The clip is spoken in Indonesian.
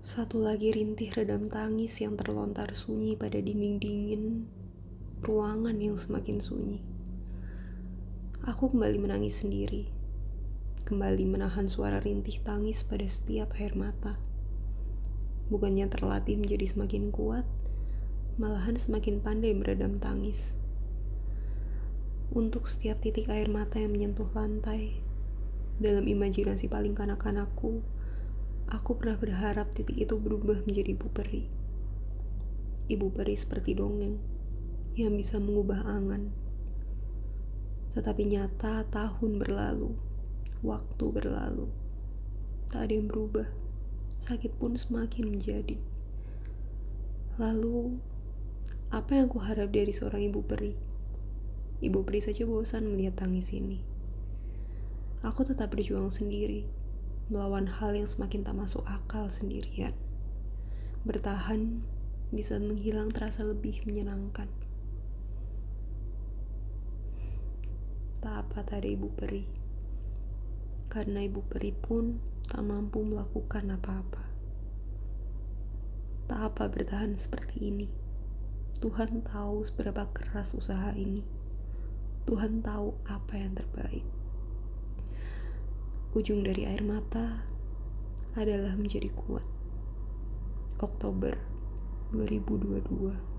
Satu lagi rintih redam tangis yang terlontar sunyi pada dinding dingin ruangan yang semakin sunyi. Aku kembali menangis sendiri, kembali menahan suara rintih tangis pada setiap air mata. Bukannya terlatih menjadi semakin kuat, malahan semakin pandai meredam tangis. Untuk setiap titik air mata yang menyentuh lantai, dalam imajinasi paling kanak-kanakku, aku pernah berharap titik itu berubah menjadi ibu peri. Ibu peri seperti dongeng yang bisa mengubah angan. Tetapi nyata tahun berlalu, waktu berlalu, tak ada yang berubah. Sakit pun semakin menjadi. Lalu, apa yang kuharap dari seorang ibu peri? Ibu peri saja bosan melihat tangis ini. Aku tetap berjuang sendiri, melawan hal yang semakin tak masuk akal sendirian. Bertahan di saat menghilang terasa lebih menyenangkan. Tak apa tak ada ibu peri, karena ibu peri pun tak mampu melakukan apa-apa. Tak apa bertahan seperti ini. Tuhan tahu seberapa keras usaha ini. Tuhan tahu apa yang terbaik. Ujung dari air mata adalah menjadi kuat. Oktober 2022.